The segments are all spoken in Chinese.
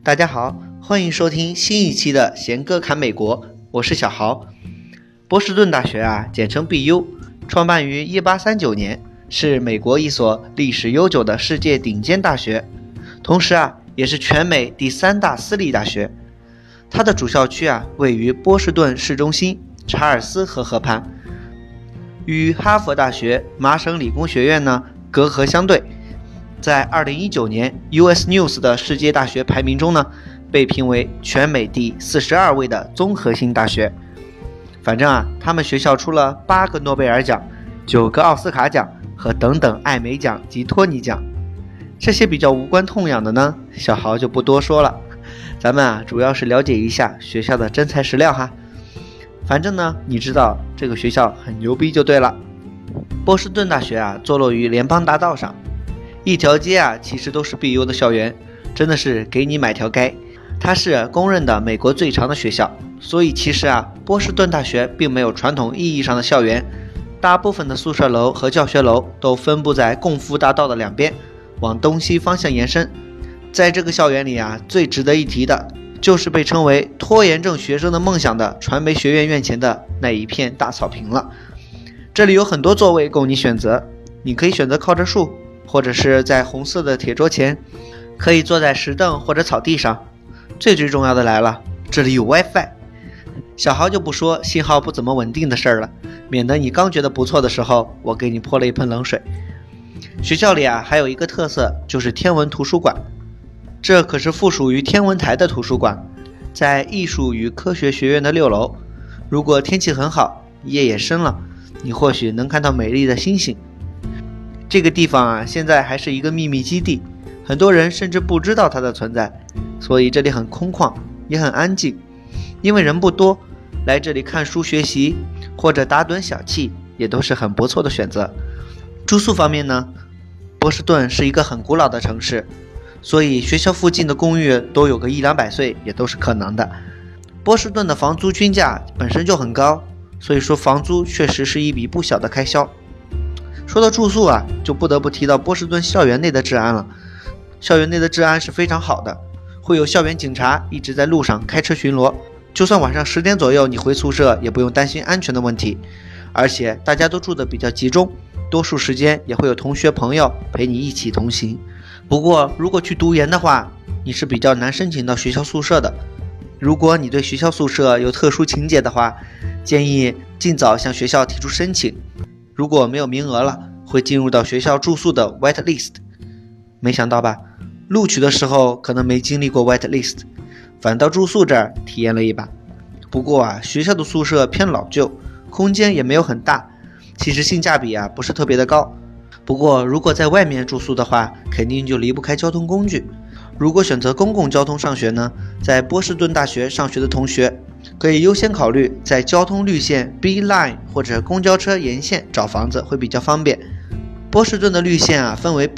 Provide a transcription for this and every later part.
大家好，欢迎收听新一期的贤哥侃美国，我是小豪。波士顿大学简称 BU， 创办于1839年，是美国一所历史悠久的世界顶尖大学，同时也是全美第3大私立大学。它的主校区位于波士顿市中心查尔斯河畔，与哈佛大学、麻省理工学院隔河相对。在2019年 US News 的世界大学排名中被评为全美第42位的综合性大学。反正他们学校出了8个诺贝尔奖、9个奥斯卡奖和等等艾美奖及托尼奖。这些比较无关痛痒的小豪就不多说了，咱们主要是了解一下学校的真材实料哈。反正你知道这个学校很牛逼就对了。波士顿大学坐落于联邦大道上，一条街其实都是 BU 的校园，真的是给你买条街。它是公认的美国最长的学校，所以其实波士顿大学并没有传统意义上的校园，大部分的宿舍楼和教学楼都分布在共福大道的两边，往东西方向延伸。在这个校园里最值得一提的就是被称为拖延症学生的梦想的传媒学院院前的那一片大草坪了。这里有很多座位供你选择，你可以选择靠着树，或者是在红色的铁桌前，可以坐在石凳或者草地上。最重要的来了，这里有 WiFi。 小豪就不说信号不怎么稳定的事儿了，免得你刚觉得不错的时候我给你泼了一盆冷水。学校里还有一个特色，就是天文图书馆。这可是附属于天文台的图书馆，在艺术与科学学院的6楼。如果天气很好，夜也深了，你或许能看到美丽的星星。这个地方现在还是一个秘密基地，很多人甚至不知道它的存在，所以这里很空旷也很安静。因为人不多，来这里看书学习或者打盹小憩也都是很不错的选择。住宿方面波士顿是一个很古老的城市，所以学校附近的公寓都有个100-200岁也都是可能的。波士顿的房租均价本身就很高，所以说房租确实是一笔不小的开销。说到住宿就不得不提到波士顿校园内的治安了。校园内的治安是非常好的，会有校园警察一直在路上开车巡逻，就算晚上10点左右你回宿舍也不用担心安全的问题。而且大家都住得比较集中，多数时间也会有同学朋友陪你一起同行。不过如果去读研的话，你是比较难申请到学校宿舍的。如果你对学校宿舍有特殊情节的话，建议尽早向学校提出申请。如果没有名额了，会进入到学校住宿的 wait list。 没想到吧，录取的时候可能没经历过 wait list， 反倒住宿这儿体验了一把。不过学校的宿舍偏老旧，空间也没有很大，其实性价比不是特别的高。不过如果在外面住宿的话，肯定就离不开交通工具。如果选择公共交通上学在波士顿大学上学的同学可以优先考虑在交通绿线 B line 或者公交车沿线找房子，会比较方便。波士顿的绿线分为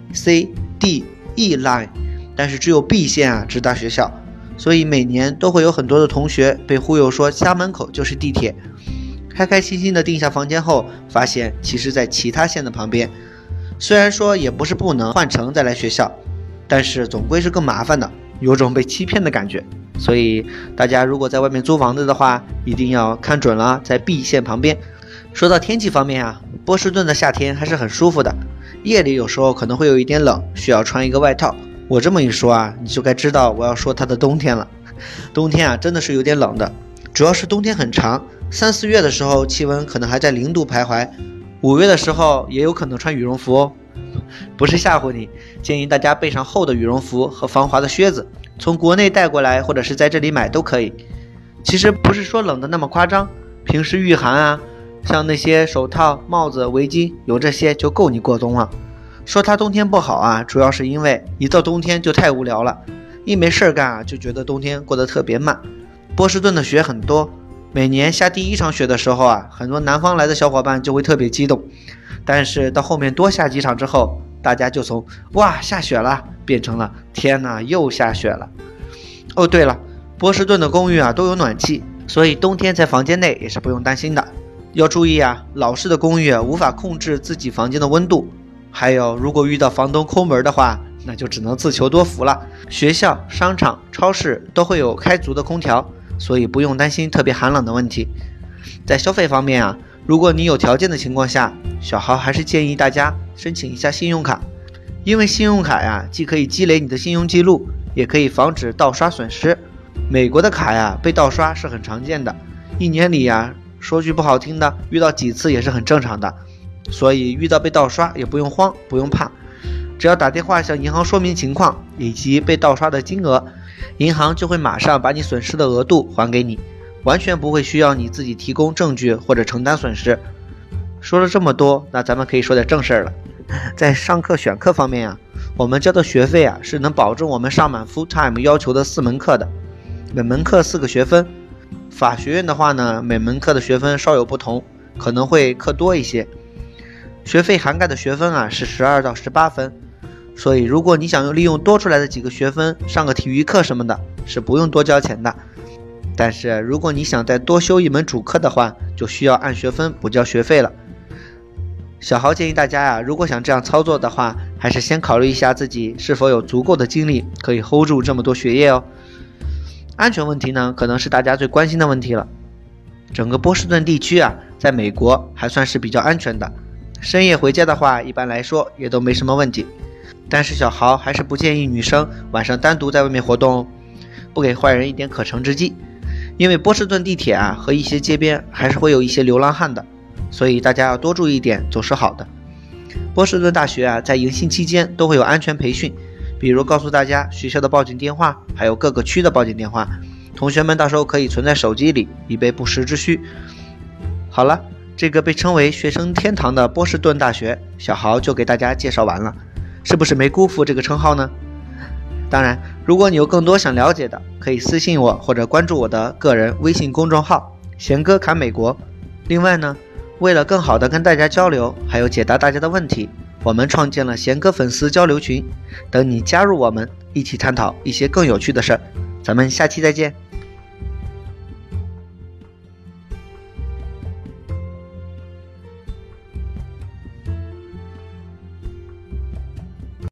B、C、D、E line， 但是只有 B 线直达学校，所以每年都会有很多的同学被忽悠说家门口就是地铁，开开心心的订下房间后，发现其实在其他线的旁边。虽然说也不是不能换乘再来学校，但是总归是更麻烦的，有种被欺骗的感觉。所以大家如果在外面租房子的话，一定要看准了在 B 线旁边。说到天气方面波士顿的夏天还是很舒服的，夜里有时候可能会有一点冷，需要穿一个外套。我这么一说你就该知道我要说它的冬天了。冬天真的是有点冷的，主要是冬天很长，3-4月的时候气温可能还在0度徘徊，5月的时候也有可能穿羽绒服哦。不是吓唬你，建议大家备上厚的羽绒服和防滑的靴子，从国内带过来或者是在这里买都可以。其实不是说冷的那么夸张，平时御寒像那些手套、帽子、围巾，有这些就够你过冬了。说它冬天不好主要是因为一到冬天就太无聊了，一没事干就觉得冬天过得特别慢。波士顿的雪很多，每年下第一场雪的时候很多南方来的小伙伴就会特别激动，但是到后面多下几场之后，大家就从哇下雪了变成了天哪又下雪了。哦对了，波士顿的公寓都有暖气，所以冬天在房间内也是不用担心的。要注意老式的公寓无法控制自己房间的温度，还有如果遇到房东抠门的话， 那就只能自求多福了。学校、商场、超市都会有开足的空调，所以不用担心特别寒冷的问题。在消费方面啊，如果你有条件的情况下，小豪还是建议大家申请一下信用卡，因为信用卡呀，既可以积累你的信用记录，也可以防止盗刷损失。美国的卡呀，被盗刷是很常见的，一年里呀，说句不好听的，遇到几次也是很正常的。所以遇到被盗刷也不用慌，不用怕，只要打电话向银行说明情况以及被盗刷的金额，银行就会马上把你损失的额度还给你，完全不会需要你自己提供证据或者承担损失。说了这么多，那咱们可以说点正事儿了。在上课选课方面啊，我们交的学费啊是能保证我们上满 full time 要求的4门课的，每门课4个学分。法学院的话呢，每门课的学分稍有不同，可能会课多一些。学费涵盖的学分啊是12到18分，所以如果你想利用多出来的几个学分上个体育课什么的，是不用多交钱的。但是如果你想再多修一门主课的话，就需要按学分补交学费了。小豪建议大家呀，如果想这样操作的话，还是先考虑一下自己是否有足够的精力可以 hold 住这么多学业哦。安全问题呢，可能是大家最关心的问题了。整个波士顿地区啊，在美国还算是比较安全的，深夜回家的话，一般来说也都没什么问题。但是小豪还是不建议女生晚上单独在外面活动哦，不给坏人一点可乘之机。因为波士顿地铁啊和一些街边还是会有一些流浪汉的，所以大家要多注意一点，总是好的。波士顿大学啊，在迎新期间都会有安全培训，比如告诉大家学校的报警电话，还有各个区的报警电话，同学们到时候可以存在手机里，以备不时之需。好了，这个被称为学生天堂的波士顿大学，小豪就给大家介绍完了，是不是没辜负这个称号呢？当然，如果你有更多想了解的，可以私信我或者关注我的个人微信公众号贤哥侃美国。另外呢，为了更好的跟大家交流，还有解答大家的问题，我们创建了贤哥粉丝交流群，等你加入我们，一起探讨一些更有趣的事儿。咱们下期再见。